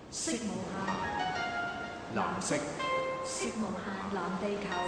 色無限， 藍色， 色無限，藍地球。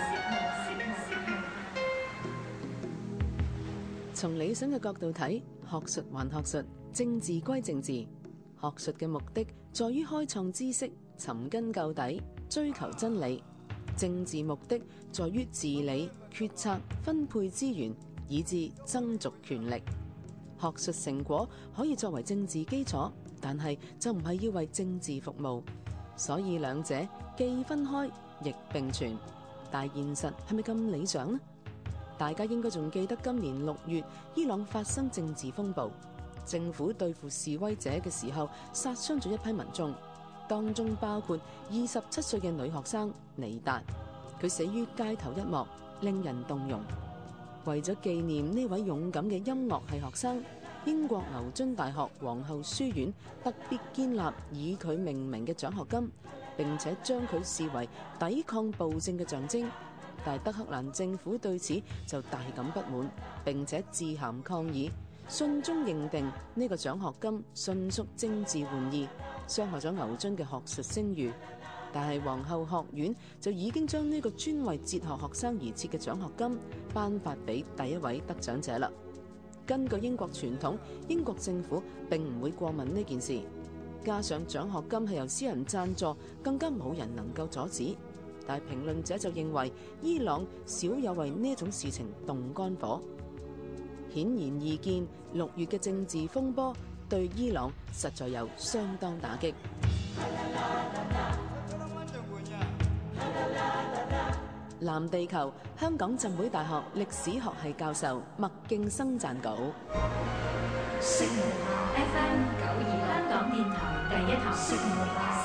從理想嘅角度睇，學術還學術，政治歸政治。學術嘅目的在於開創知識、尋根究底、追求真理；政治目的在於治理、決策、分配資源，以致爭逐權力。學術成果可以作為政治基礎，但係就唔係要為政治服務，所以兩者既分開亦並存。但係現實係咪咁理想呢？大家應該仲記得今年6月伊朗發生政治風暴，政府對付示威者嘅時候殺傷咗一批民眾，當中包括27歲嘅女學生尼達，佢死於街頭一幕，令人動容。為咗紀念呢位勇敢嘅音樂系學生，英國牛津大學皇后書院特別建立以佢命名嘅獎學金，並且將佢視為抵抗暴政嘅象徵。但係德黑蘭政府對此就大感不滿，並且致函抗議，信中認定呢個獎學金純屬政治玩意，傷害咗牛津嘅學術聲譽。但係皇后學院就已經將呢個專為哲學學生而設嘅獎學金頒發俾第一位得獎者啦。根據英國傳統，英國政府並唔會過問呢件事，加上獎學金係由私人贊助，更加冇人能夠阻止。但係評論者就認為伊朗少有為呢種事情動肝火。顯而易見，6月嘅政治風波對伊朗實在有相當打擊。藍地球，香港浸會大學歷史學系教授麥勁生撰稿。 色無限 FM 92，香港電台第一台。色無限。